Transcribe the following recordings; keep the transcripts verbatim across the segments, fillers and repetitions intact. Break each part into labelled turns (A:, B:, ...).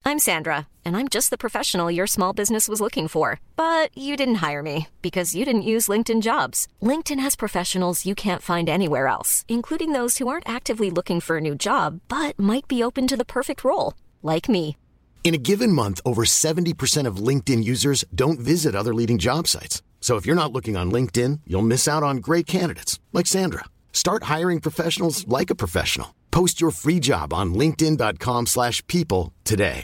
A: I'm Sandra, and I'm just the professional your small business was looking for. But you didn't hire me because you didn't use LinkedIn Jobs. LinkedIn has professionals you can't find anywhere else, including those who aren't actively looking for a new job, but might be open to the perfect role, like me.
B: In a given month, over seventy percent of LinkedIn users don't visit other leading job sites. So if you're not looking on LinkedIn, you'll miss out on great candidates like Sandra. Start hiring professionals like a professional. Post your free job on linkedin.com slash people today.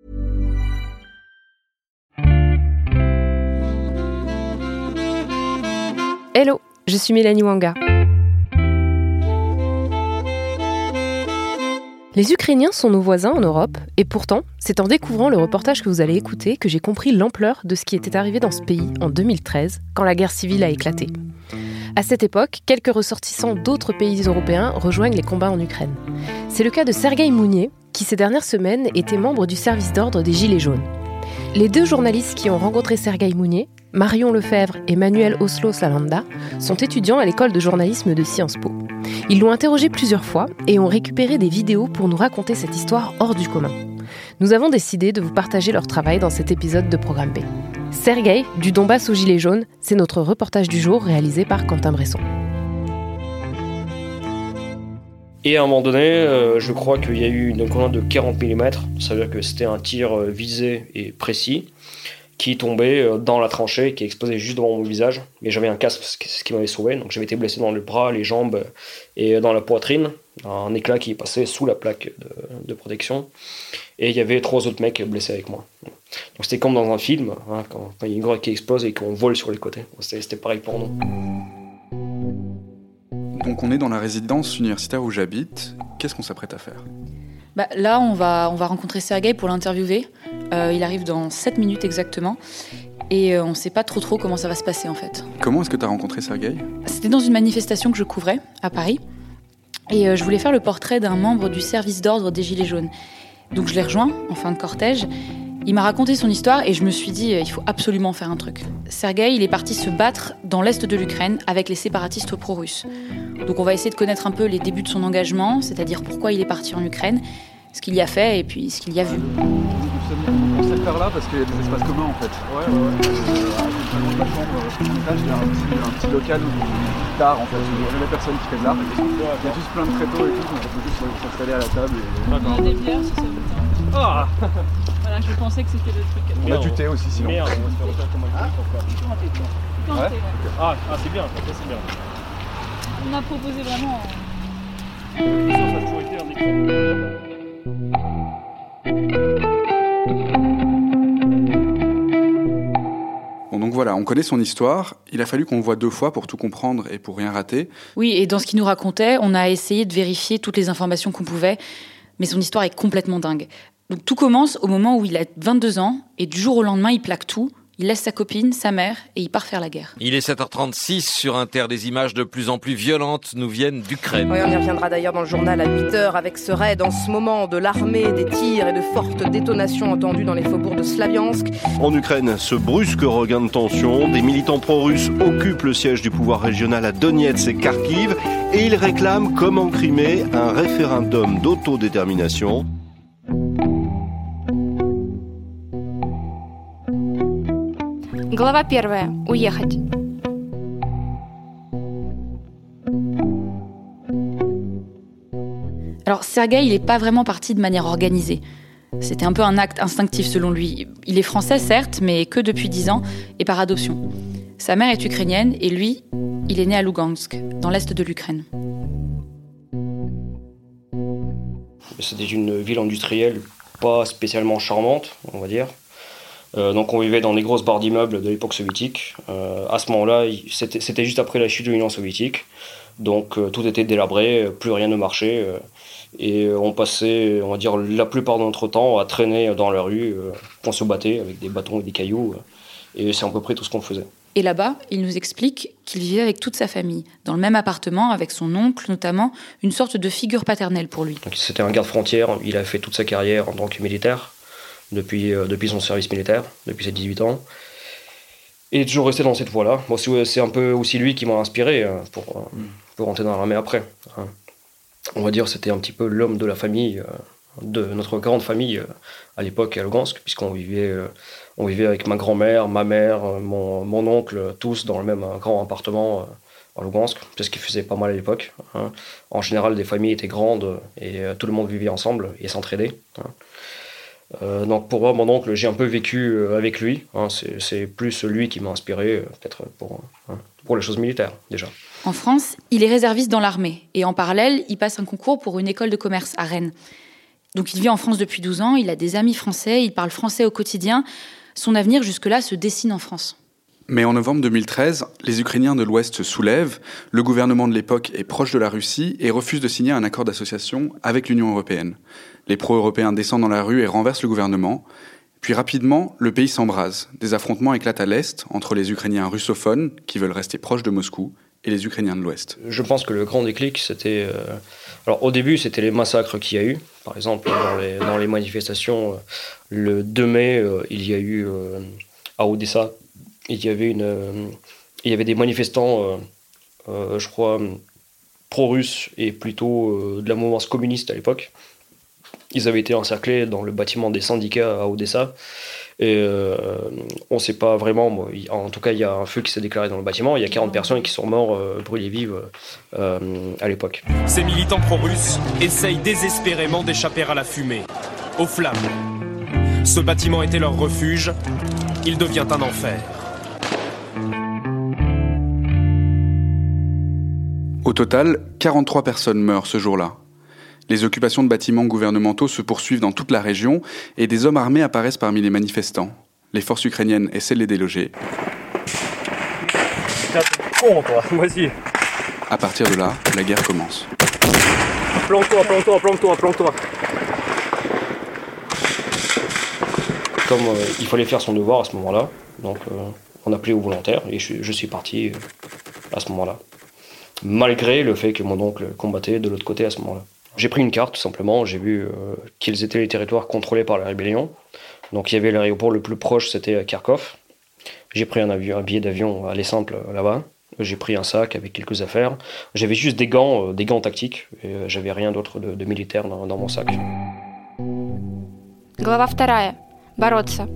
C: Hello, je suis Mélanie Wanga. Les Ukrainiens sont nos voisins en Europe, et pourtant, c'est en découvrant le reportage que vous allez écouter que j'ai compris l'ampleur de ce qui était arrivé dans ce pays en deux mille treize, quand la guerre civile a éclaté. À cette époque, quelques ressortissants d'autres pays européens rejoignent les combats en Ukraine. C'est le cas de Sergueï Mounier, qui ces dernières semaines était membre du service d'ordre des Gilets jaunes. Les deux journalistes qui ont rencontré Sergueï Mounier, Marion Lefebvre et Manuel Oslo-Salanda, sont étudiants à l'école de journalisme de Sciences Po. Ils l'ont interrogé plusieurs fois et ont récupéré des vidéos pour nous raconter cette histoire hors du commun. Nous avons décidé de vous partager leur travail dans cet épisode de Programme B. Sergueï, du Donbass aux Gilets jaunes, c'est notre reportage du jour réalisé par Quentin Bresson.
D: Et à un moment donné, euh, je crois qu'il y a eu une grenade de quarante millimètres, ça veut dire que c'était un tir visé et précis, qui tombait dans la tranchée, qui explosait juste devant mon visage. Mais j'avais un casque, ce qui m'avait sauvé, donc j'avais été blessé dans le bras, les jambes et dans la poitrine, un éclat qui passait sous la plaque de, de protection. Et il y avait trois autres mecs blessés avec moi. Donc c'était comme dans un film, hein, quand il y a une grenade qui explose et qu'on vole sur les côtés. C'était, c'était pareil pour nous.
E: Donc on est dans la résidence universitaire où j'habite. Qu'est-ce qu'on s'apprête à faire ?
F: Bah, là, on va, on va rencontrer Sergueï pour l'interviewer. Euh, il arrive dans sept minutes exactement. Et euh, on ne sait pas trop trop comment ça va se passer en fait.
E: Comment est-ce que tu as rencontré Sergueï ?
F: C'était dans une manifestation que je couvrais à Paris. Et euh, je voulais faire le portrait d'un membre du service d'ordre des Gilets jaunes. Donc je l'ai rejoint en fin de cortège. Il m'a raconté son histoire et je me suis dit, euh, il faut absolument faire un truc. Sergueï, il est parti se battre dans l'est de l'Ukraine avec les séparatistes pro-russes. Donc on va essayer de connaître un peu les débuts de son engagement, c'est-à-dire pourquoi il est parti en Ukraine, ce qu'il y a fait et puis ce qu'il y a vu.
E: On sait le faire là parce qu'il y a des espaces communs en fait. Ouais, ouais, ouais. Euh, il y a un petit, un petit local d'art en fait, où il y a des personnes qui font de l'art. Il y a juste plein de tréteaux et tout, donc on peut juste s'installer à la table. Et...
G: Il y a des bières si ça vous tente. Ah voilà, je pensais que c'était le truc.
E: On a du thé aussi sinon.
D: Merde, on va se faire autant comment il faut faire.
G: Plutôt un thé, quoi. Plutôt un thé, ouais.
D: Ah, ah, c'est bien, ça c'est bien.
G: On a proposé vraiment...
D: Euh... Ça, ça a toujours été un écran.
E: Bon, donc voilà, on connaît son histoire. Il a fallu qu'on le voit deux fois pour tout comprendre et pour rien rater.
F: Oui, et dans ce qu'il nous racontait, on a essayé de vérifier toutes les informations qu'on pouvait, mais son histoire est complètement dingue. Donc tout commence au moment où il a vingt-deux ans, et du jour au lendemain, il plaque tout. Il laisse sa copine, sa mère, et il part faire la guerre.
H: Il est sept heures trente-six sur Inter. Des images de plus en plus violentes nous viennent d'Ukraine.
I: Oui, on y reviendra d'ailleurs dans le journal à huit heures avec ce raid en ce moment de l'armée, des tirs et de fortes détonations entendues dans les faubourgs de Slaviansk.
J: En Ukraine, ce brusque regain de tension. Des militants pro-russes occupent le siège du pouvoir régional à Donetsk et Kharkiv et ils réclament, comme en Crimée, un référendum d'autodétermination.
K: Глава первая. Уехать.
F: Alors Sergueï, il n'est pas vraiment parti de manière organisée. C'était un peu un acte instinctif selon lui. Il est français certes, mais que depuis dix ans et par adoption. Sa mère est ukrainienne et lui, il est né à Lugansk, dans l'est de l'Ukraine.
D: C'était une ville industrielle pas spécialement charmante, on va dire. Euh, donc on vivait dans des grosses barres d'immeubles de l'époque soviétique. Euh, à ce moment-là, c'était, c'était juste après la chute de l'Union soviétique. Donc euh, tout était délabré, plus rien ne marchait. Euh, et on passait, on va dire, la plupart de notre temps à traîner dans la rue. Euh, on se battait avec des bâtons et des cailloux. Euh, et c'est à peu près tout ce qu'on faisait.
F: Et là-bas, il nous explique qu'il vivait avec toute sa famille, dans le même appartement, avec son oncle notamment, une sorte de figure paternelle pour lui.
D: Donc, c'était un garde-frontière, il a fait toute sa carrière en tant que militaire. Depuis, euh, depuis son service militaire, depuis ses dix-huit ans. Et il est toujours resté dans cette voie-là. Bon, c'est, c'est un peu aussi lui qui m'a inspiré euh, pour, euh, pour rentrer dans l'armée après. Hein. On va dire que c'était un petit peu l'homme de la famille, euh, de notre grande famille à l'époque à Lugansk, puisqu'on vivait, on vivait avec ma grand-mère, ma mère, mon, mon oncle, tous dans le même grand appartement à Lugansk, parce qu'il faisait pas mal à l'époque. Hein. En général, des familles étaient grandes et tout le monde vivait ensemble et s'entraidait. Hein. Euh, donc pour moi, mon oncle, j'ai un peu vécu avec lui. Hein. C'est, c'est plus lui qui m'a inspiré, peut-être pour, hein, pour les choses militaires déjà.
F: En France, il est réserviste dans l'armée et en parallèle, il passe un concours pour une école de commerce à Rennes. Donc il vit en France depuis douze ans, il a des amis français, il parle français au quotidien. Son avenir jusque-là se dessine en France.
L: Mais en novembre deux mille treize, les Ukrainiens de l'Ouest se soulèvent, le gouvernement de l'époque est proche de la Russie et refuse de signer un accord d'association avec l'Union européenne. Les pro-européens descendent dans la rue et renversent le gouvernement. Puis rapidement, le pays s'embrase. Des affrontements éclatent à l'Est entre les Ukrainiens russophones, qui veulent rester proches de Moscou, et les Ukrainiens de l'Ouest.
D: Je pense que le grand déclic, c'était... Euh... Alors au début, c'était les massacres qu'il y a eu. Par exemple, dans les, dans les manifestations, euh, le deux mai, euh, il y a eu euh, à Odessa, il y avait, une, euh, il y avait des manifestants, euh, euh, je crois, pro-russes et plutôt euh, de la mouvance communiste à l'époque. Ils avaient été encerclés dans le bâtiment des syndicats à Odessa. Et euh, on ne sait pas vraiment, bon, en tout cas il y a un feu qui s'est déclaré dans le bâtiment, il y a quarante personnes qui sont mortes euh, brûlées vives euh, à l'époque.
M: Ces militants pro-russes essayent désespérément d'échapper à la fumée, aux flammes. Ce bâtiment était leur refuge, il devient un enfer.
L: Au total, quarante-trois personnes meurent ce jour-là. Les occupations de bâtiments gouvernementaux se poursuivent dans toute la région et des hommes armés apparaissent parmi les manifestants. Les forces ukrainiennes essaient de les déloger.
D: Con, toi, vas-y.
L: À partir de là, la guerre commence.
D: Planque-toi, planque-toi, planque-toi, planque-toi. Comme euh, il fallait faire son devoir à ce moment-là, donc euh, on appelait aux volontaires et je, je suis parti euh, à ce moment-là. Malgré le fait que mon oncle combattait de l'autre côté à ce moment-là. J'ai pris une carte, tout simplement, j'ai vu euh, quels étaient les territoires contrôlés par la rébellion. Donc il y avait l'aéroport le plus proche, c'était Kharkov. J'ai pris un, avion, un billet d'avion aller simple là-bas. J'ai pris un sac avec quelques affaires. J'avais juste des gants, euh, des gants tactiques. Et, euh, j'avais rien d'autre de, de militaire dans, dans mon sac.
K: Глава вторая. Бороться.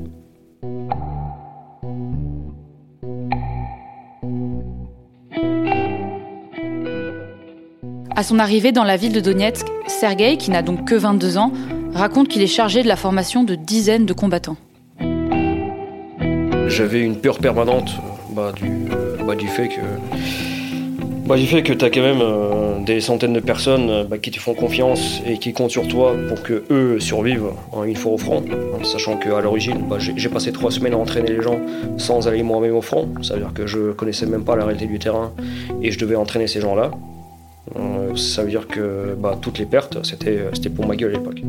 F: À son arrivée dans la ville de Donetsk, Sergueï, qui n'a donc que vingt-deux ans, raconte qu'il est chargé de la formation de dizaines de combattants.
D: J'avais une peur permanente bah, du, bah, du fait que, bah, du fait que tu as quand même euh, des centaines de personnes bah, qui te font confiance et qui comptent sur toi pour que eux survivent hein, une fois au front. Hein, sachant qu'à l'origine, bah, j'ai, j'ai passé trois semaines à entraîner les gens sans aller moi-même au front. Ça veut dire que je connaissais même pas la réalité du terrain et je devais entraîner ces gens-là. Euh, ça veut dire que bah, toutes les pertes, c'était, c'était pour ma gueule à l'époque.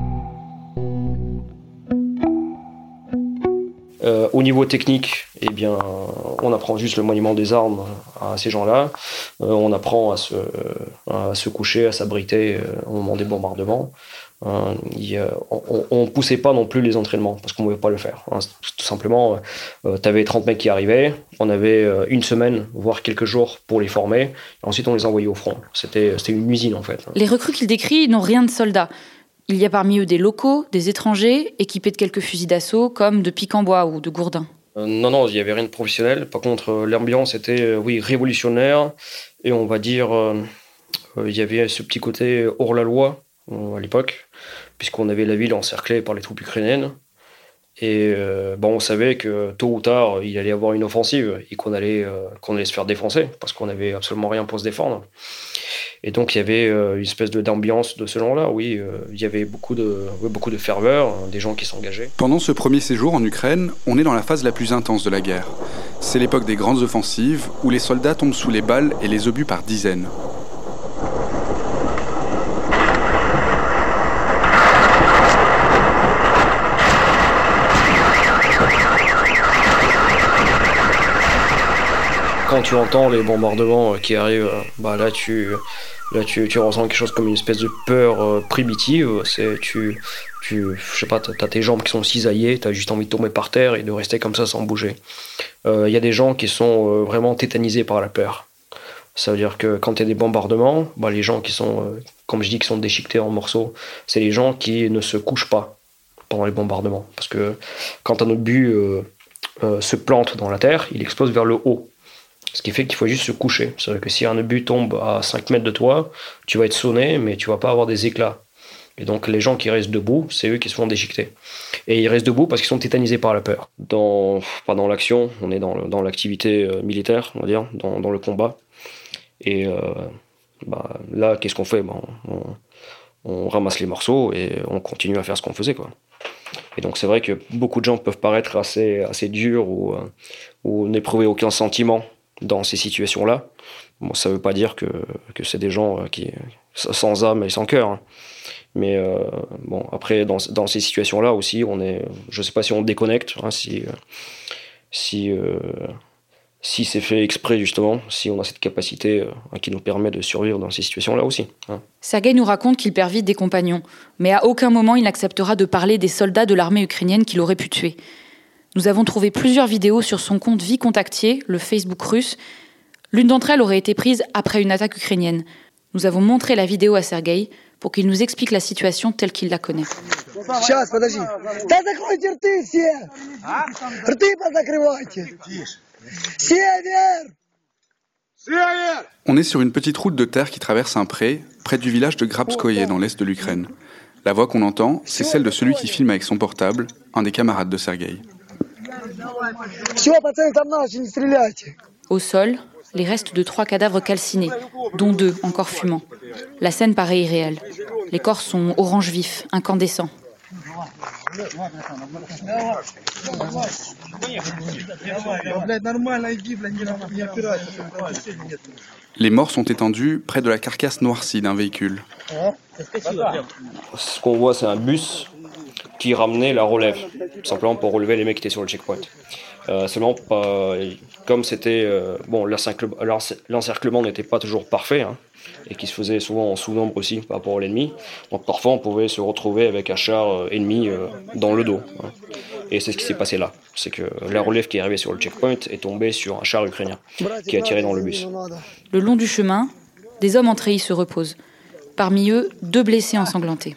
D: Euh, au niveau technique, eh bien, on apprend juste le maniement des armes à ces gens-là. Euh, on apprend à se, à se coucher, à s'abriter euh, au moment des bombardements. Euh, y a, on ne poussait pas non plus les entraînements parce qu'on ne pouvait pas le faire. Hein. Tout simplement, euh, tu avais trente mecs qui arrivaient, on avait euh, une semaine, voire quelques jours pour les former, et ensuite on les envoyait au front. C'était, c'était une usine en fait.
F: Les recrues qu'il décrit n'ont rien de soldats. Il y a parmi eux des locaux, des étrangers, équipés de quelques fusils d'assaut comme de pics en bois ou de gourdins.
D: Euh, non, non, il n'y avait rien de professionnel. Par contre, euh, l'ambiance était, euh, oui, révolutionnaire. Et on va dire, euh, euh, il y avait ce petit côté hors-la-loi euh, à l'époque, puisqu'on avait la ville encerclée par les troupes ukrainiennes. Et euh, bon, on savait que tôt ou tard, il allait y avoir une offensive et qu'on allait, euh, qu'on allait se faire défoncer, parce qu'on n'avait absolument rien pour se défendre. Et donc il y avait euh, une espèce de, d'ambiance de ce genre-là, oui. Euh, il y avait beaucoup de, ouais, beaucoup de ferveur, hein, des gens qui s'engageaient.
L: Pendant ce premier séjour en Ukraine, on est dans la phase la plus intense de la guerre. C'est l'époque des grandes offensives, où les soldats tombent sous les balles et les obus par dizaines.
D: Quand tu entends les bombardements qui arrivent, bah là tu, là tu, tu ressens quelque chose comme une espèce de peur euh, primitive. C'est tu, tu, je sais pas, t'as, t'as tes jambes qui sont cisaillées, t'as juste envie de tomber par terre et de rester comme ça sans bouger. Il euh, y a des gens qui sont euh, vraiment tétanisés par la peur. Ça veut dire que quand il y a des bombardements, bah, les gens qui sont, euh, comme je dis, qui sont déchiquetés en morceaux, c'est les gens qui ne se couchent pas pendant les bombardements. Parce que quand un obus euh, euh, se plante dans la terre, il explose vers le haut. Ce qui fait qu'il faut juste se coucher. C'est-à-dire que si un obus tombe à cinq mètres de toi, tu vas être sonné, mais tu vas pas avoir des éclats. Et donc les gens qui restent debout, c'est eux qui se font déchiqueter. Et ils restent debout parce qu'ils sont tétanisés par la peur. Dans, pas dans l'action, on est dans, le, dans l'activité euh, militaire, on va dire, dans, dans le combat. Et euh, bah, là, qu'est-ce qu'on fait? Bah, on, on ramasse les morceaux et on continue à faire ce qu'on faisait, quoi. Et donc c'est vrai que beaucoup de gens peuvent paraître assez, assez durs ou, euh, ou n'éprouver aucun sentiment dans ces situations-là. Bon, ça ne veut pas dire que, que c'est des gens qui, sans âme et sans cœur, hein. Mais euh, bon, après, dans, dans ces situations-là aussi, on est, je ne sais pas si on déconnecte, hein, si, si, euh, si c'est fait exprès, justement, si on a cette capacité euh, qui nous permet de survivre dans ces situations-là aussi, hein.
F: Sergueï nous raconte qu'il perd vite des compagnons, mais à aucun moment il n'acceptera de parler des soldats de l'armée ukrainienne qu'il aurait pu tuer. Nous avons trouvé plusieurs vidéos sur son compte Vie Contactier, le Facebook russe. L'une d'entre elles aurait été prise après une attaque ukrainienne. Nous avons montré la vidéo à Sergueï pour qu'il nous explique la situation telle qu'il la connaît.
L: On est sur une petite route de terre qui traverse un pré, près du village de Grabskoye, dans l'est de l'Ukraine. La voix qu'on entend, c'est celle de celui qui filme avec son portable, un des camarades de Sergueï.
F: Au sol, les restes de trois cadavres calcinés, dont deux encore fumants. La scène paraît irréelle. Les corps sont orange vif, incandescents.
L: Les morts sont étendus près de la carcasse noircie d'un véhicule.
D: Ce qu'on voit, c'est un bus qui ramenait la relève, simplement pour relever les mecs qui étaient sur le checkpoint. Euh, seulement, pas, comme c'était... Euh, bon, l'encerclement n'était pas toujours parfait, hein, et qui se faisait souvent en sous-nombre aussi par rapport à l'ennemi. Donc parfois, on pouvait se retrouver avec un char euh, ennemi euh, dans le dos, hein. Et c'est ce qui s'est passé là. C'est que la relève qui est arrivée sur le checkpoint est tombée sur un char ukrainien qui a tiré dans le bus.
F: Le long du chemin, des hommes en treillis se reposent. Parmi eux, deux blessés ensanglantés.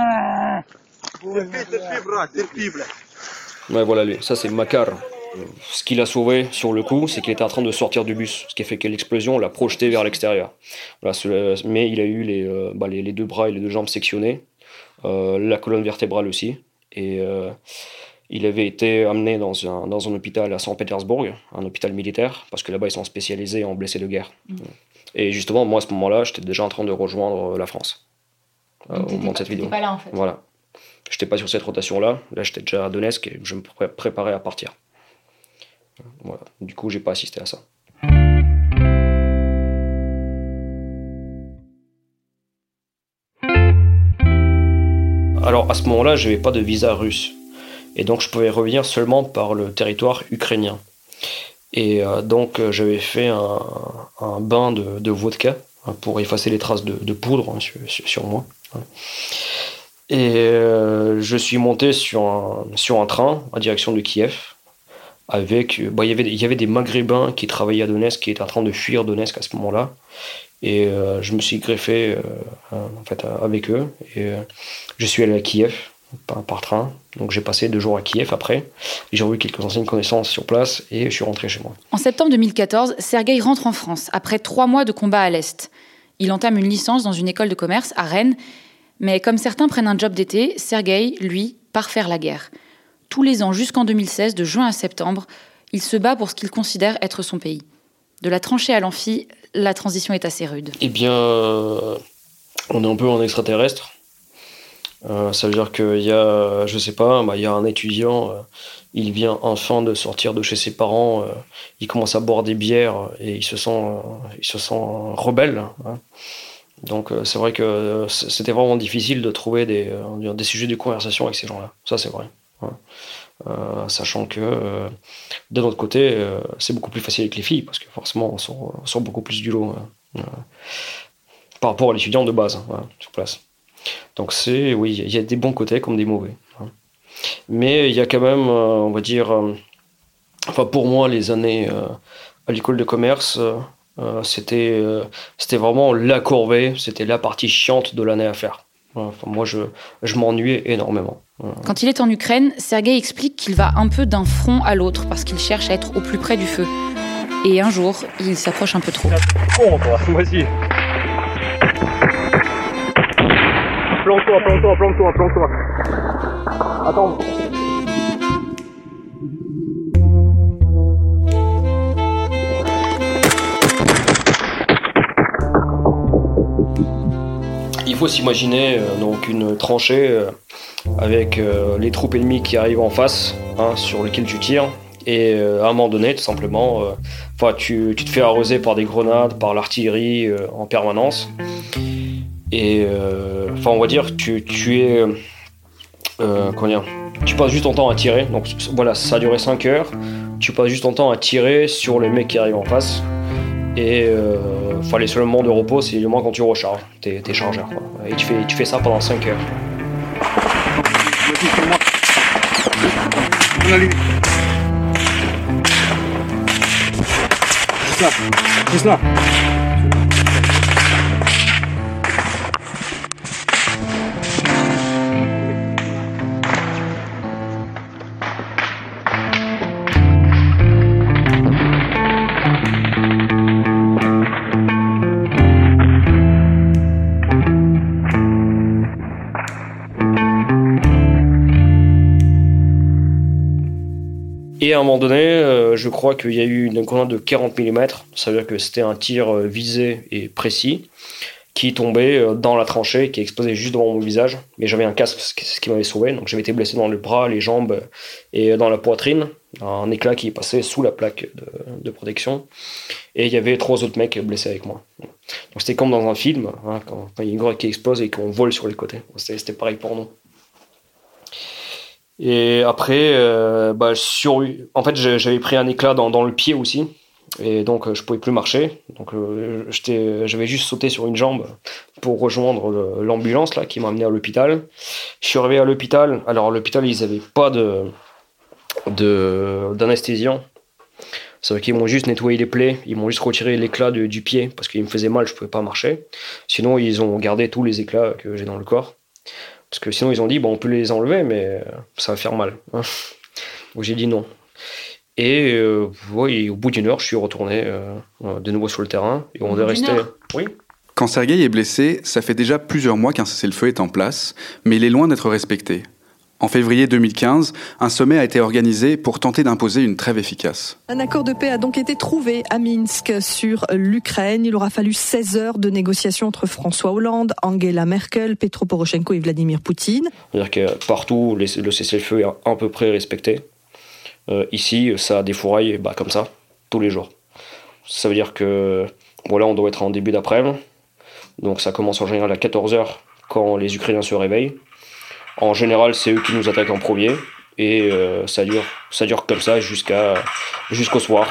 D: Ouais, voilà, lui. Ça, c'est Makar. Ce qu'il a sauvé sur le coup, c'est qu'il était en train de sortir du bus, ce qui a fait que l'explosion l'a projeté vers l'extérieur. Voilà, mais il a eu les, euh, bah, les, les deux bras et les deux jambes sectionnés, euh, la colonne vertébrale aussi, et euh, il avait été amené dans un, dans un hôpital à Saint-Pétersbourg, un hôpital militaire, parce que là-bas ils sont spécialisés en blessés de guerre. Mmh. Et justement, moi à ce moment-là, j'étais déjà en train de rejoindre la France, euh, au moment de cette vidéo.
F: Pas là, en fait.
D: Voilà. J'étais pas sur cette rotation-là, là j'étais déjà à Donetsk et je me préparais à partir. Voilà. Du coup, j'ai pas assisté à ça. Alors à ce moment-là, je n'avais pas de visa russe. Et donc je pouvais revenir seulement par le territoire ukrainien. Et euh, donc euh, j'avais fait un, un bain de, de vodka, hein, pour effacer les traces de, de poudre, hein, sur, sur moi. Hein. Et euh, je suis monté sur un, sur un train en direction de Kiev. Avec, bah, il, y avait, il y avait des Maghrébins qui travaillaient à Donetsk, qui étaient en train de fuir Donetsk à ce moment-là. Et euh, je me suis greffé euh, en fait, avec eux. Et euh, je suis allé à Kiev par, par train. Donc j'ai passé deux jours à Kiev après. J'ai revu quelques anciennes connaissances sur place et je suis rentré chez moi.
F: En septembre deux mille quatorze, Sergueï rentre en France après trois mois de combat à l'Est. Il entame une licence dans une école de commerce à Rennes. Mais comme certains prennent un job d'été, Sergueï, lui, part faire la guerre. Tous les ans jusqu'en deux mille seize, de juin à septembre, il se bat pour ce qu'il considère être son pays. De la tranchée à l'amphi, la transition est assez rude.
D: Eh bien, euh, on est un peu en extraterrestre. Euh, ça veut dire qu'il y a, je sais pas, bah, il y a un étudiant, euh, il vient enfin de sortir de chez ses parents, euh, il commence à boire des bières et il se sent, euh, il se sent rebelle, hein. Donc euh, c'est vrai que euh, c'était vraiment difficile de trouver des, euh, des sujets de conversation avec ces gens-là. Ça, c'est vrai. Ouais. Euh, sachant que euh, d'un autre côté, euh, c'est beaucoup plus facile avec les filles, parce que forcément, on sort, on sort beaucoup plus du lot, hein, euh, par rapport à l'étudiant de base, hein, voilà, sur place. Donc c'est, oui, il y a des bons côtés comme des mauvais. Hein. Mais il y a quand même, euh, on va dire, euh, enfin pour moi, les années euh, à l'école de commerce, euh, Euh, c'était, euh, c'était vraiment la corvée, c'était la partie chiante de l'année à faire. Enfin, moi, je, je m'ennuyais énormément.
F: Quand il est en Ukraine, Sergueï explique qu'il va un peu d'un front à l'autre parce qu'il cherche à être au plus près du feu. Et un jour, il s'approche un peu trop.
D: Con, toi, moi aussi. Plante-toi, plante-toi, plante-toi, plante-toi. Attends. Il faut s'imaginer euh, donc une tranchée euh, avec euh, les troupes ennemies qui arrivent en face, hein, sur lesquelles tu tires. Et euh, à un moment donné, tout simplement, euh, tu, tu te fais arroser par des grenades, par l'artillerie euh, en permanence. Et euh, enfin, on va dire, tu, tu es, euh, comment dire, tu passes juste ton temps à tirer. Donc voilà, ça a duré cinq heures. Tu passes juste ton temps à tirer sur les mecs qui arrivent en face. Et euh, enfin, les seuls moments de repos, c'est le moment quand tu recharges tes, tes chargeurs, quoi. Et tu fais, tu fais ça pendant cinq heures.
N: C'est ça, c'est ça.
D: Et à un moment donné, euh, je crois qu'il y a eu une grenade de quarante millimètres, ça veut dire que c'était un tir euh, visé et précis, qui tombait euh, dans la tranchée, qui explosait juste devant mon visage. Mais j'avais un casque, ce qui, ce qui m'avait sauvé, donc j'avais été blessé dans le bras, les jambes et dans la poitrine, un éclat qui passait sous la plaque de, de protection. Et il y avait trois autres mecs blessés avec moi. Donc c'était comme dans un film, hein, quand, quand il y a une grenade qui explose et qu'on vole sur les côtés. C'était, c'était pareil pour nous. Et après, euh, bah, sur, en fait, j'avais pris un éclat dans, dans le pied aussi, et donc je pouvais plus marcher. Donc euh, j'étais, j'avais juste sauté sur une jambe pour rejoindre le, l'ambulance là qui m'a amené à l'hôpital. Je suis arrivé à l'hôpital. Alors à l'hôpital, ils n'avaient pas de, de d'anesthésiant. C'est vrai qu'ils m'ont juste nettoyé les plaies, ils m'ont juste retiré l'éclat de, du pied parce qu'il me faisait mal, je pouvais pas marcher. Sinon, ils ont gardé tous les éclats que j'ai dans le corps. Parce que sinon, ils ont dit, bon, on peut les enlever, mais ça va faire mal. Donc j'ai dit non. Et euh, ouais, au bout d'une heure, je suis retourné euh, de nouveau sur le terrain. Et on est resté. Oui.
L: Quand Sergueï est blessé, ça fait déjà plusieurs mois qu'un cessez-le-feu est en place, mais il est loin d'être respecté. En février deux mille quinze, un sommet a été organisé pour tenter d'imposer une trêve efficace.
O: Un accord de paix a donc été trouvé à Minsk sur l'Ukraine. Il aura fallu seize heures de négociations entre François Hollande, Angela Merkel, Petro Poroshenko et Vladimir Poutine.
D: C'est-à-dire que partout, les, le cessez-le-feu est à peu près respecté. Euh, ici, ça défouraille bah, comme ça, tous les jours. Ça veut dire que bon, là, on doit être en début d'après-midi. Donc ça commence en général à quatorze heures quand les Ukrainiens se réveillent. En général, c'est eux qui nous attaquent en premier et euh, ça dure, ça dure comme ça jusqu'à, jusqu'au soir.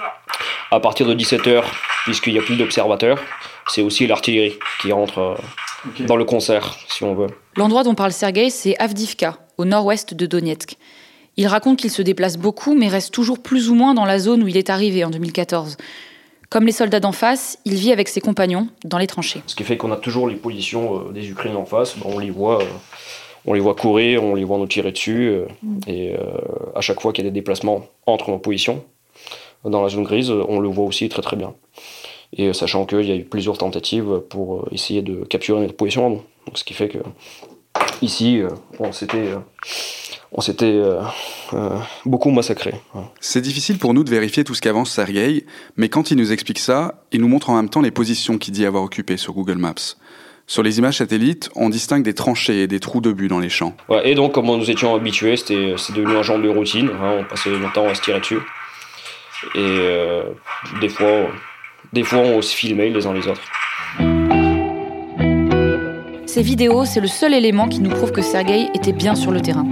D: À partir de dix-sept heures, puisqu'il n'y a plus d'observateurs, c'est aussi l'artillerie qui rentre euh, okay. dans le concert, si on veut.
F: L'endroit dont parle Sergueï, c'est Avdiivka, au nord-ouest de Donetsk. Il raconte qu'il se déplace beaucoup, mais reste toujours plus ou moins dans la zone où il est arrivé en deux mille quatorze. Comme les soldats d'en face, il vit avec ses compagnons dans les tranchées.
D: Ce qui fait qu'on a toujours les positions euh, des Ukrainiens en face, bon, on les voit... Euh, On les voit courir, on les voit nous tirer dessus. Euh, mmh. Et euh, à chaque fois qu'il y a des déplacements entre nos positions, dans la zone grise, on le voit aussi très très bien. Et euh, sachant qu'il y a eu plusieurs tentatives pour euh, essayer de capturer notre position. Donc, ce qui fait que ici, euh, on s'était, euh, on s'était euh, euh, beaucoup massacré. Ouais.
L: C'est difficile pour nous de vérifier tout ce qu'avance Sergueï, mais quand il nous explique ça, il nous montre en même temps les positions qu'il dit avoir occupées sur Google Maps. Sur les images satellites, on distingue des tranchées et des trous de but dans les champs.
D: Ouais, et donc, comme nous étions habitués, c'était, c'est devenu un genre de routine. Hein, on passait longtemps à se tirer dessus. Et euh, des fois, des fois, on se filmait les uns les autres.
F: Ces vidéos, c'est le seul élément qui nous prouve que Sergueï était bien sur le terrain.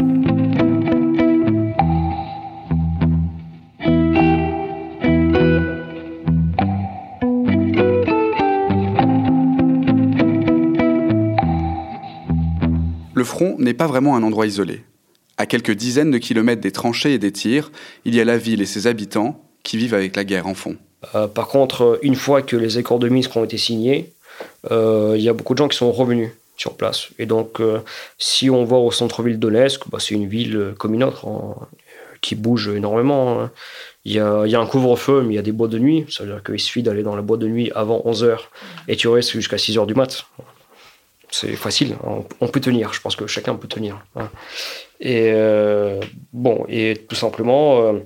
L: Le front n'est pas vraiment un endroit isolé. À quelques dizaines de kilomètres des tranchées et des tirs, il y a la ville et ses habitants qui vivent avec la guerre en fond.
D: Euh, par contre, une fois que les accords de Minsk ont été signés, euh, il y a beaucoup de gens qui sont revenus sur place. Et donc, euh, si on va au centre-ville de Donetsk, bah, c'est une ville comme une autre, hein, qui bouge énormément. Hein. Il y a, il y a un couvre-feu, mais il y a des boîtes de nuit. Ça veut dire qu'il suffit d'aller dans la boîte de nuit avant onze heures et tu restes jusqu'à six heures du mat'. C'est facile, on, on peut tenir. Je pense que chacun peut tenir. Hein. Et euh, bon, et tout simplement, euh,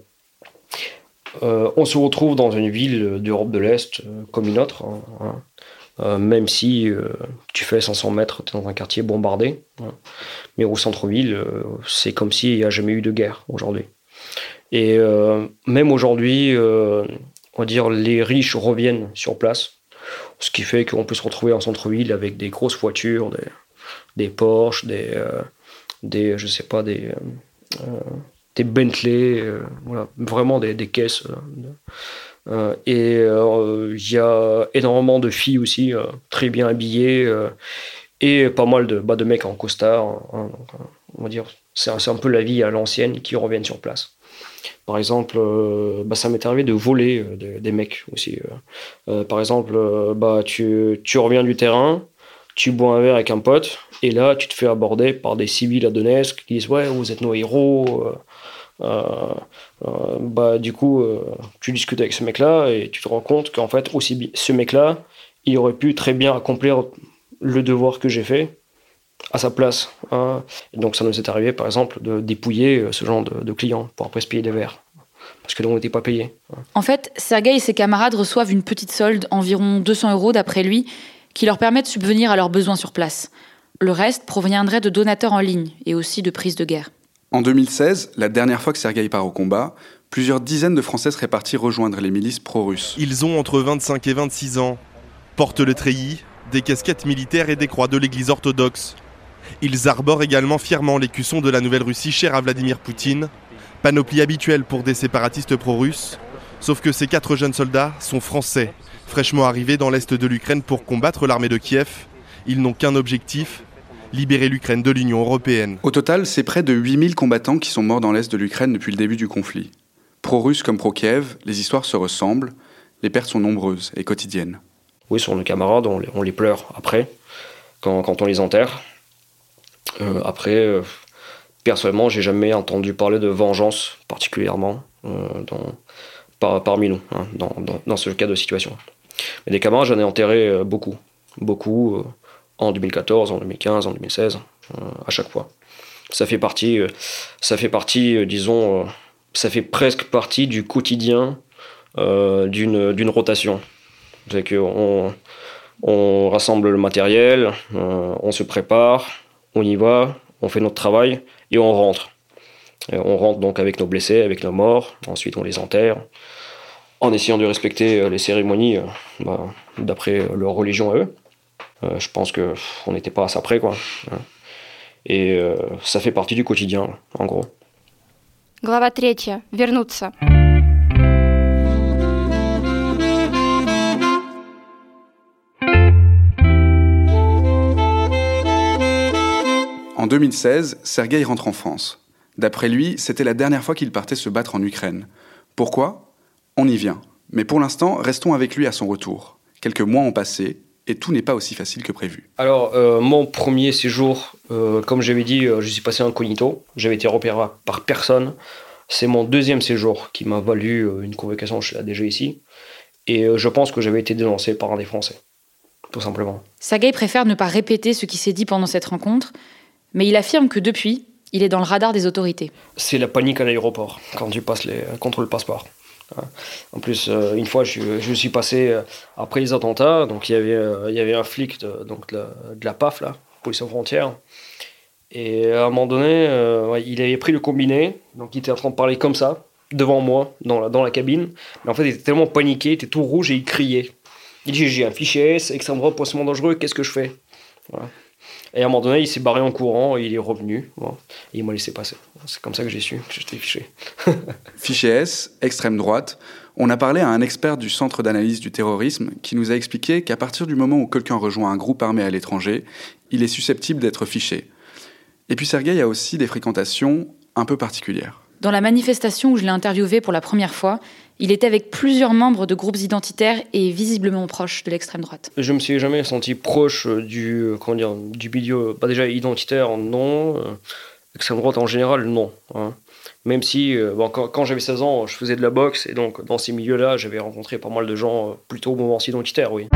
D: euh, on se retrouve dans une ville d'Europe de l'Est euh, comme une autre. Hein, hein. Euh, même si euh, tu fais cinq cents mètres, tu es dans un quartier bombardé. Hein. Mais au centre-ville, euh, c'est comme s'il n'y a jamais eu de guerre aujourd'hui. Et euh, même aujourd'hui, euh, on va dire, les riches reviennent sur place, ce qui fait qu'on peut se retrouver en centre-ville avec des grosses voitures, des, des Porsche, des, euh, des, je sais pas, des, euh, des Bentley, euh, voilà, vraiment des, des caisses. Euh, et il euh, y a énormément de filles aussi, euh, très bien habillées, euh, et pas mal de, bah, de mecs en costard. Hein, donc, on va dire, c'est un, c'est un peu la vie à l'ancienne qui reviennent sur place. Par exemple, euh, bah, ça m'est arrivé de voler euh, des, des mecs aussi. Euh. Euh, par exemple, euh, bah, tu, tu reviens du terrain, tu bois un verre avec un pote, et là, tu te fais aborder par des civils à Donetsk qui disent « Ouais, vous êtes nos héros. Euh, euh, bah, » Du coup, euh, tu discutes avec ce mec-là et tu te rends compte qu'en fait, aussi, ce mec-là, il aurait pu très bien accomplir le devoir que j'ai fait à sa place. Hein. Et donc ça nous est arrivé par exemple de dépouiller ce genre de, de clients pour après se payer des verres. Parce que nous on n'était pas payés. Hein.
F: En fait, Sergueï et ses camarades reçoivent une petite solde, environ deux cents euros d'après lui, qui leur permet de subvenir à leurs besoins sur place. Le reste proviendrait de donateurs en ligne et aussi de prises de guerre.
L: En deux mille seize, la dernière fois que Sergueï part au combat, plusieurs dizaines de Français seraient partis rejoindre les milices pro-russes.
P: Ils ont entre vingt-cinq et vingt-six ans, portent le treillis, des casquettes militaires et des croix de l'église orthodoxe. Ils arborent également fièrement l'écusson de la Nouvelle-Russie chère à Vladimir Poutine, panoplie habituelle pour des séparatistes pro-russes, sauf que ces quatre jeunes soldats sont français, fraîchement arrivés dans l'est de l'Ukraine pour combattre l'armée de Kiev. Ils n'ont qu'un objectif, libérer l'Ukraine de l'Union européenne.
L: Au total, c'est près de huit mille combattants qui sont morts dans l'est de l'Ukraine depuis le début du conflit. Pro-russes comme pro-Kiev, les histoires se ressemblent, les pertes sont nombreuses et quotidiennes.
D: Oui, sur nos camarades, on les, on les pleure après, quand, quand on les enterre. Euh, après, euh, personnellement, j'ai jamais entendu parler de vengeance particulièrement euh, dans, par, parmi nous, hein, dans, dans, dans ce cas de situation. Mais des camarades, j'en ai enterré euh, beaucoup, beaucoup euh, en deux mille quatorze, en deux mille quinze, en deux mille seize, euh, à chaque fois. Ça fait partie, euh, ça fait partie, euh, disons, euh, ça fait presque partie du quotidien euh, d'une, d'une rotation. C'est qu'on on rassemble le matériel, euh, on se prépare. On y va, on fait notre travail et on rentre. Et on rentre donc avec nos blessés, avec nos morts. Ensuite, on les enterre en essayant de respecter les cérémonies bah, d'après leur religion à eux. Euh, je pense qu'on n'était pas à ça près, quoi. Et euh, ça fait partie du quotidien, en gros.
K: Глава третья. Вернуться.
L: En deux mille seize, Sergueï rentre en France. D'après lui, c'était la dernière fois qu'il partait se battre en Ukraine. Pourquoi ? On y vient. Mais pour l'instant, restons avec lui à son retour. Quelques mois ont passé et tout n'est pas aussi facile que prévu.
D: Alors, euh, mon premier séjour, euh, comme j'avais dit, euh, je suis passé incognito. J'avais été repéré par personne. C'est mon deuxième séjour qui m'a valu euh, une convocation chez la D G ici. Et euh, je pense que j'avais été dénoncé par un des Français, tout simplement.
F: Sergueï préfère ne pas répéter ce qui s'est dit pendant cette rencontre, mais il affirme que depuis, il est dans le radar des autorités.
D: C'est la panique à l'aéroport, quand tu passes les contrôles passeport. En plus, une fois, je, je suis passé après les attentats, donc il y avait, il y avait un flic de, donc de, la, de la P A F, là, police aux frontières, et à un moment donné, euh, ouais, il avait pris le combiné, donc il était en train de parler comme ça, devant moi, dans la, dans la cabine, mais en fait, il était tellement paniqué, il était tout rouge et il criait. Il dit « J'ai un fichier S, extrême droite, poisson dangereux, qu'est-ce que je fais ?» Voilà. Et à un moment donné, il s'est barré en courant, et il est revenu, bon, et il m'a laissé passer. C'est comme ça que j'ai su que j'étais fiché.
L: Fichier S, extrême droite. On a parlé à un expert du Centre d'analyse du terrorisme qui nous a expliqué qu'à partir du moment où quelqu'un rejoint un groupe armé à l'étranger, il est susceptible d'être fiché. Et puis Sergueï a aussi des fréquentations un peu particulières.
F: Dans la manifestation où je l'ai interviewé pour la première fois, il était avec plusieurs membres de groupes identitaires et visiblement proches de l'extrême droite.
D: Je me suis jamais senti proche du, comment dire, du milieu, bah déjà identitaire, non. Extrême droite en général, non. Hein. Même si, bon, quand, quand j'avais seize ans, je faisais de la boxe, et donc dans ces milieux-là, j'avais rencontré pas mal de gens plutôt au mouvement identitaire, oui.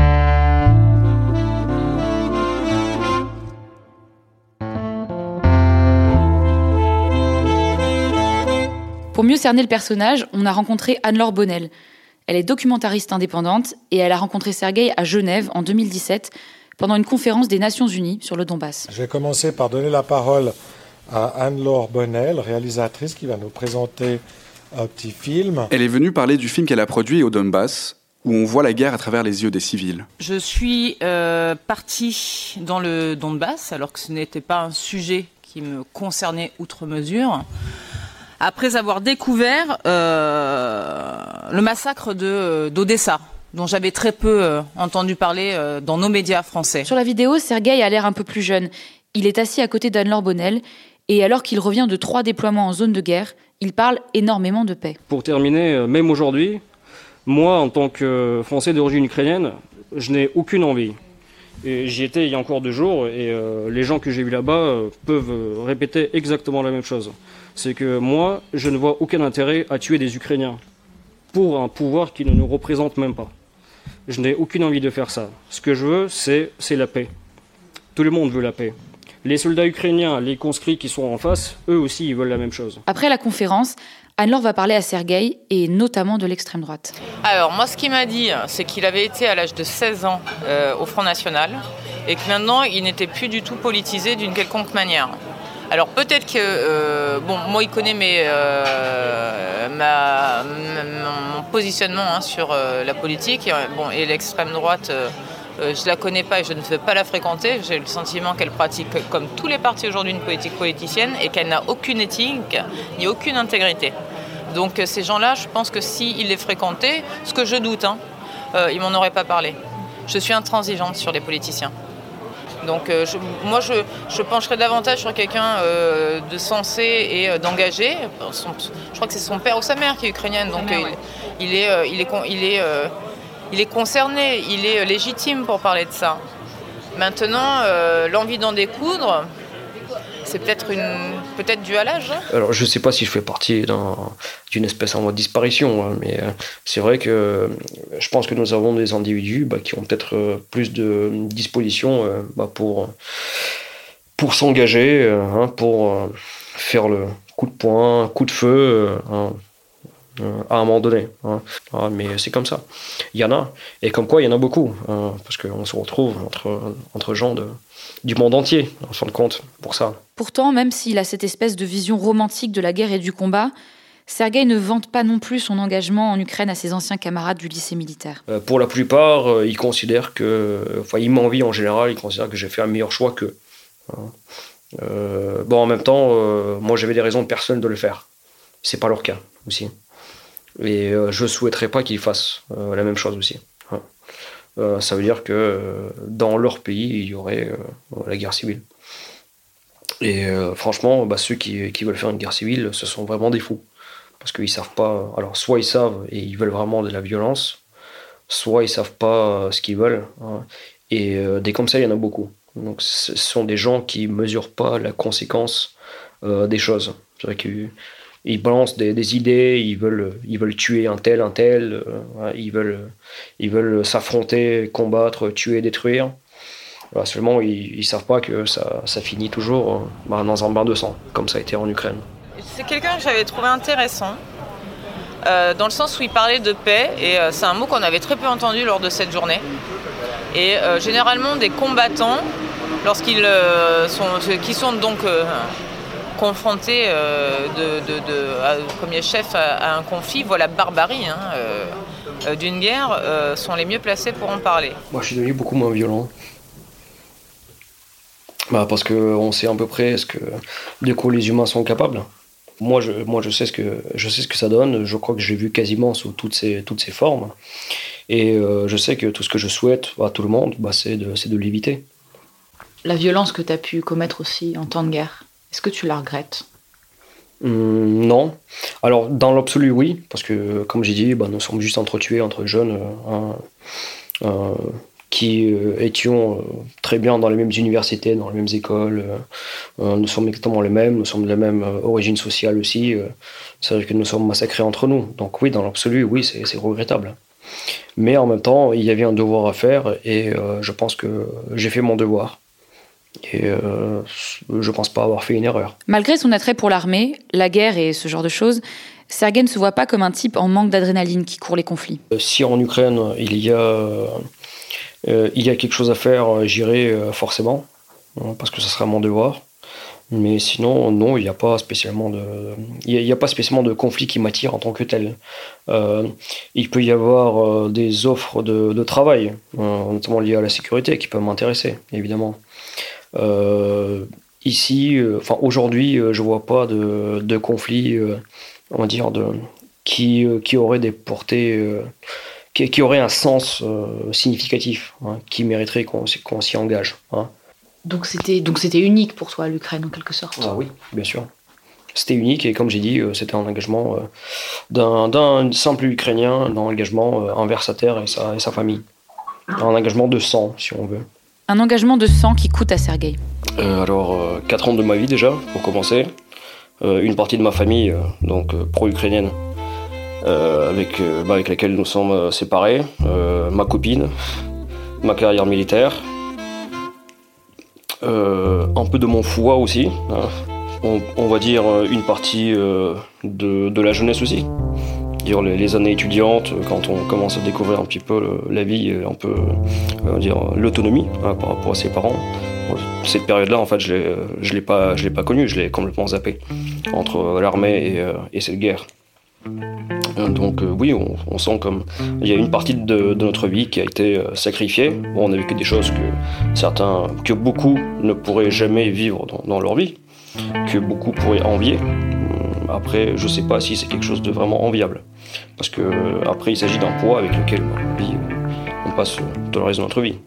F: Pour mieux cerner le personnage, on a rencontré Anne-Laure Bonnel. Elle est documentariste indépendante et elle a rencontré Sergueï à Genève en deux mille dix-sept pendant une conférence des Nations Unies sur le Donbass.
Q: Je vais commencer par donner la parole à Anne-Laure Bonnel, réalisatrice qui va nous présenter un petit film.
L: Elle est venue parler du film qu'elle a produit au Donbass, où on voit la guerre à travers les yeux des civils.
R: Je suis euh, partie dans le Donbass, alors que ce n'était pas un sujet qui me concernait outre mesure, après avoir découvert euh, le massacre de, d'Odessa, dont j'avais très peu euh, entendu parler euh, dans nos médias français.
F: Sur la vidéo, Sergueï a l'air un peu plus jeune. Il est assis à côté d'Anne-Laure Bonnel, et alors qu'il revient de trois déploiements en zone de guerre, il parle énormément de paix.
D: Pour terminer, même aujourd'hui, moi, en tant que Français d'origine ukrainienne, je n'ai aucune envie. Et j'y étais il y a encore deux jours, et euh, les gens que j'ai vus là-bas euh, peuvent euh, répéter exactement la même chose. C'est que moi, je ne vois aucun intérêt à tuer des Ukrainiens pour un pouvoir qui ne nous représente même pas. Je n'ai aucune envie de faire ça. Ce que je veux, c'est, c'est la paix. Tout le monde veut la paix. Les soldats ukrainiens, les conscrits qui sont en face, eux aussi, ils veulent la même chose.
F: Après la conférence, Anne-Laure va parler à Sergueï et notamment de l'extrême droite.
R: Alors, moi, ce qu'il m'a dit, c'est qu'il avait été à l'âge de seize ans euh, au Front National et que maintenant, il n'était plus du tout politisé d'une quelconque manière. Alors, peut-être que... Euh, bon, moi, il connaît mes, euh, ma, mon positionnement hein, sur euh, la politique. Et, bon, et l'extrême droite... Euh, Euh, je ne la connais pas et je ne veux pas la fréquenter. J'ai le sentiment qu'elle pratique, comme tous les partis aujourd'hui, une politique politicienne et qu'elle n'a aucune éthique ni aucune intégrité. Donc ces gens-là, je pense que s'ils les fréquentaient, ce que je doute, hein, euh, ils ne m'en auraient pas parlé. Je suis intransigeante sur les politiciens. Donc euh, je, moi, je, je pencherais davantage sur quelqu'un euh, de sensé et euh, d'engagé. Son, je crois que c'est son père ou sa mère qui est ukrainienne. Donc euh, il, il est... Euh, il est, il est euh, Il est concerné, il est légitime pour parler de ça. Maintenant, euh, l'envie d'en découdre, c'est peut-être, une, peut-être dû à l'âge. Hein.
D: Alors, je ne sais pas si je fais partie d'un, d'une espèce en voie de disparition, hein, mais euh, c'est vrai que euh, je pense que nous avons des individus bah, qui ont peut-être euh, plus de disposition euh, bah, pour, pour s'engager, euh, hein, pour euh, faire le coup de poing, coup de feu, euh, hein, à un moment donné, hein. Ah, mais c'est comme ça. Il y en a, et comme quoi il y en a beaucoup, hein, parce qu'on se retrouve entre, entre gens de, du monde entier, en fin de compte, pour ça.
F: Pourtant, même s'il a cette espèce de vision romantique de la guerre et du combat, Sergueï ne vante pas non plus son engagement en Ukraine à ses anciens camarades du lycée militaire.
D: Euh, pour la plupart, euh, ils considèrent que, enfin, ils m'envient en général, ils considèrent que j'ai fait un meilleur choix qu'eux. Hein. Euh, bon, en même temps, euh, moi j'avais des raisons personnelles de le faire. C'est pas leur cas aussi. Et euh, je ne souhaiterais pas qu'ils fassent euh, la même chose aussi. Hein. Euh, ça veut dire que euh, dans leur pays, il y aurait euh, la guerre civile. Et euh, franchement, bah, ceux qui, qui veulent faire une guerre civile, ce sont vraiment des fous. Parce qu'ils savent pas... Alors, soit ils savent et ils veulent vraiment de la violence, soit ils savent pas ce qu'ils veulent. Hein. Et euh, des comme ça, il y en a beaucoup. Donc, ce sont des gens qui mesurent pas la conséquence euh, des choses. C'est vrai qu'ils... Ils balancent des, des idées, ils veulent, ils veulent tuer un tel, un tel, euh, ils veulent, ils veulent s'affronter, combattre, tuer, détruire. Voilà, seulement, ils ne savent pas que ça, ça finit toujours euh, bah, dans un bain de sang, comme ça a été en Ukraine.
R: C'est quelqu'un que j'avais trouvé intéressant, euh, dans le sens où il parlait de paix, et euh, c'est un mot qu'on avait très peu entendu lors de cette journée. Et euh, généralement, des combattants, lorsqu'ils euh, sont, qui sont donc... Euh, confrontés euh, de, de, de, à, au premier chef à, à un conflit, voire la barbarie hein, euh, d'une guerre, euh, sont les mieux placés pour en parler.
D: Moi, je suis devenu beaucoup moins violent. Bah, parce qu'on sait à peu près ce que, de quoi les humains sont capables. Moi, je, moi je, sais ce que, je sais ce que ça donne. Je crois que j'ai vu quasiment sous toutes ces, toutes ces formes. Et euh, je sais que tout ce que je souhaite à tout le monde, bah, c'est de, c'est de l'éviter.
F: La violence que tu as pu commettre aussi en temps de guerre, est-ce que tu la regrettes ?
D: Hum, non. Alors, dans l'absolu, oui, parce que, comme j'ai dit, bah, nous sommes juste entretués entre jeunes euh, hein, euh, qui euh, étions euh, très bien dans les mêmes universités, dans les mêmes écoles. Euh, nous sommes exactement les mêmes, nous sommes de la même euh, origine sociale aussi. Euh, c'est-à-dire que nous sommes massacrés entre nous. Donc oui, dans l'absolu, oui, c'est, c'est regrettable. Mais en même temps, il y avait un devoir à faire et euh, je pense que j'ai fait mon devoir. Et euh, je pense pas avoir fait une erreur.
F: Malgré son attrait pour l'armée, la guerre et ce genre de choses, Sergueï ne se voit pas comme un type en manque d'adrénaline qui court les conflits.
D: Si en Ukraine, il y a, euh, il y a quelque chose à faire, j'irai euh, forcément, parce que ce sera mon devoir. Mais sinon, non, il n'y a pas spécialement de, il n'y a, a pas spécialement de conflit qui m'attire en tant que tel. Euh, il peut y avoir euh, des offres de, de travail, euh, notamment liées à la sécurité, qui peuvent m'intéresser, évidemment. Euh, ici, euh, enfin aujourd'hui, euh, je vois pas de, de conflit, euh, on va dire, de, qui, euh, qui aurait des portées, euh, qui, qui aurait un sens euh, significatif, hein, qui mériterait qu'on, qu'on s'y engage. Hein.
F: Donc c'était, donc c'était unique pour toi, l'Ukraine, en quelque sorte.
D: Ah oui, bien sûr. C'était unique et comme j'ai dit, euh, c'était un engagement euh, d'un, d'un simple Ukrainien, d'un engagement euh, envers sa terre et sa, et sa famille. Un engagement de sang, si on veut.
F: Un engagement de sang qui coûte à Sergueï.
D: Euh, alors, euh, quatre ans de ma vie déjà, pour commencer. Euh, une partie de ma famille, euh, donc euh, pro-ukrainienne, euh, avec, euh, bah, avec laquelle nous sommes euh, séparés. Euh, ma copine, ma carrière militaire. Euh, un peu de mon foie aussi. Hein. On, on va dire une partie euh, de, de la jeunesse aussi. Dire les, les années étudiantes, quand on commence à découvrir un petit peu le, la vie, un peu euh, dire l'autonomie hein, par rapport à ses parents. Cette période-là, en fait, je l'ai, je l'ai pas, je l'ai pas connue, je l'ai complètement zappée entre l'armée et, euh, et cette guerre. Donc euh, oui, on, on sent comme il y a une partie de, de notre vie qui a été euh, sacrifiée. Bon, on a vécu des choses que certains, que beaucoup ne pourraient jamais vivre dans, dans leur vie, que beaucoup pourraient envier. Après, je sais pas si c'est quelque chose de vraiment enviable, parce que euh, après, il s'agit d'un poids avec lequel bah, oui, on passe tout le reste de notre vie.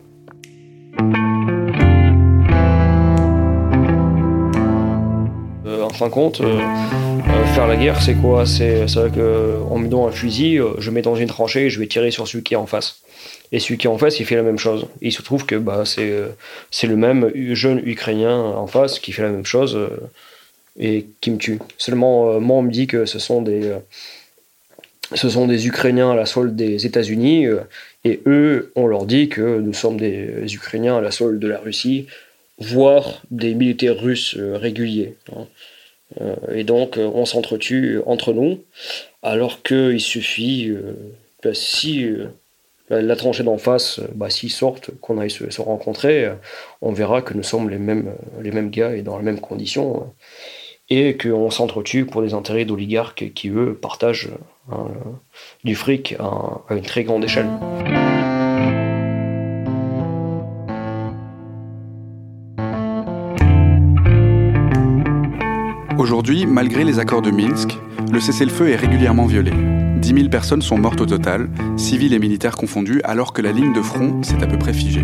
D: Euh, en fin de compte. Euh, Euh, faire la guerre, c'est quoi ? C'est, c'est vrai qu'en me donnant un fusil, euh, je mets dans une tranchée et je vais tirer sur celui qui est en face. Et celui qui est en face, il fait la même chose. Et il se trouve que bah, c'est, euh, c'est le même jeune Ukrainien en face qui fait la même chose euh, et qui me tue. Seulement, euh, moi, on me dit que ce sont des, euh, ce sont des Ukrainiens à la solde des États-Unis euh, et eux, on leur dit que nous sommes des Ukrainiens à la solde de la Russie, voire des militaires russes euh, réguliers. Hein. Euh, et donc euh, on s'entretue entre nous, alors qu'il suffit, euh, bah, si euh, la, la tranchée d'en face, bah, s'ils sortent, qu'on aille se, se rencontrer, euh, on verra que nous sommes les mêmes, les mêmes gars et dans les mêmes conditions, euh, et qu'on s'entretue pour des intérêts d'oligarques qui, eux, partagent euh, du fric à, à une très grande échelle.
L: Aujourd'hui, malgré les accords de Minsk, le cessez-le-feu est régulièrement violé. dix mille personnes sont mortes au total, civils et militaires confondus, alors que la ligne de front s'est à peu près figée.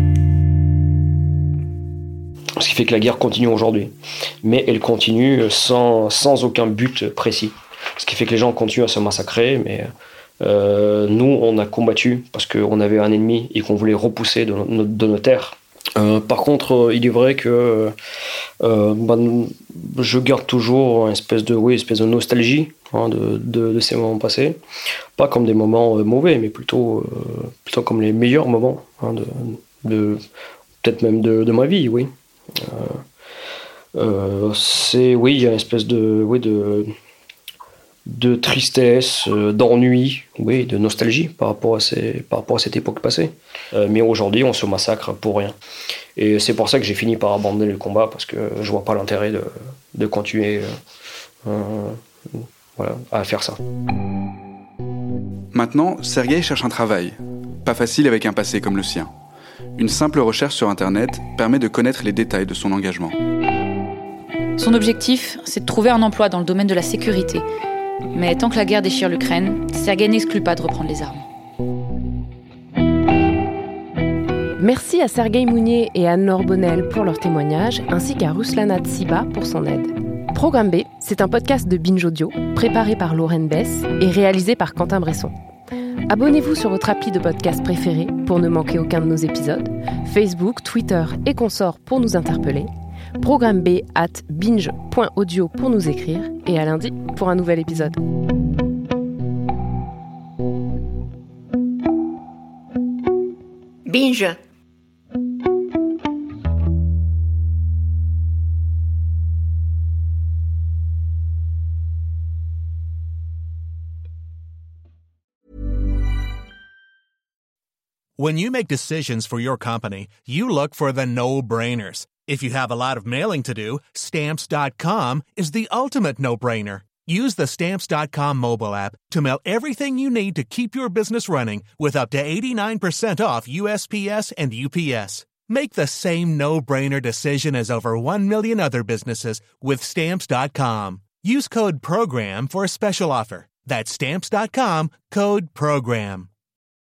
D: Ce qui fait que la guerre continue aujourd'hui. Mais elle continue sans, sans aucun but précis. Ce qui fait que les gens continuent à se massacrer, mais euh, nous, on a combattu parce qu'on avait un ennemi et qu'on voulait repousser de, no, de nos terres. Euh, par contre, euh, il est vrai que euh, bah, je garde toujours une espèce de, oui, espèce de nostalgie hein, de, de, de ces moments passés. Pas comme des moments euh, mauvais, mais plutôt, euh, plutôt comme les meilleurs moments, hein, de, de, peut-être même de, de ma vie, oui. Euh, euh, c'est, oui, il y a une espèce de, oui, de, de tristesse, euh, d'ennui, oui, de nostalgie par rapport à, ces, par rapport à cette époque passée. Euh, mais aujourd'hui, on se massacre pour rien. Et c'est pour ça que j'ai fini par abandonner le combat, parce que je vois pas l'intérêt de, de continuer euh, euh, voilà, à faire ça.
L: Maintenant, Sergueï cherche un travail. Pas facile avec un passé comme le sien. Une simple recherche sur Internet permet de connaître les détails de son engagement.
F: Son objectif, c'est de trouver un emploi dans le domaine de la sécurité. Mais tant que la guerre déchire l'Ukraine, Sergueï n'exclut pas de reprendre les armes.
C: Merci à Sergueï Mounier et Anne-Laure Bonnel pour leur témoignage, ainsi qu'à Ruslana Tsiba pour son aide. Programme B, c'est C'est un podcast de Binge Audio, préparé par Lorraine Bess et réalisé par Quentin Bresson. Abonnez-vous sur votre appli de podcast préféré pour ne manquer aucun de nos épisodes, Facebook, Twitter et consorts pour nous interpeller, programme B at binge point audio pour nous écrire et à lundi pour un nouvel épisode.
S: Binge.
T: When you make decisions for your company, you look for the no-brainers. If you have a lot of mailing to do, Stamps dot com is the ultimate no-brainer. Use the Stamps dot com mobile app to mail everything you need to keep your business running with up to eighty-nine percent off U S P S and U P S. Make the same no-brainer decision as over one million other businesses with Stamps dot com. Use code PROGRAM for a special offer. That's Stamps dot com, code PROGRAM.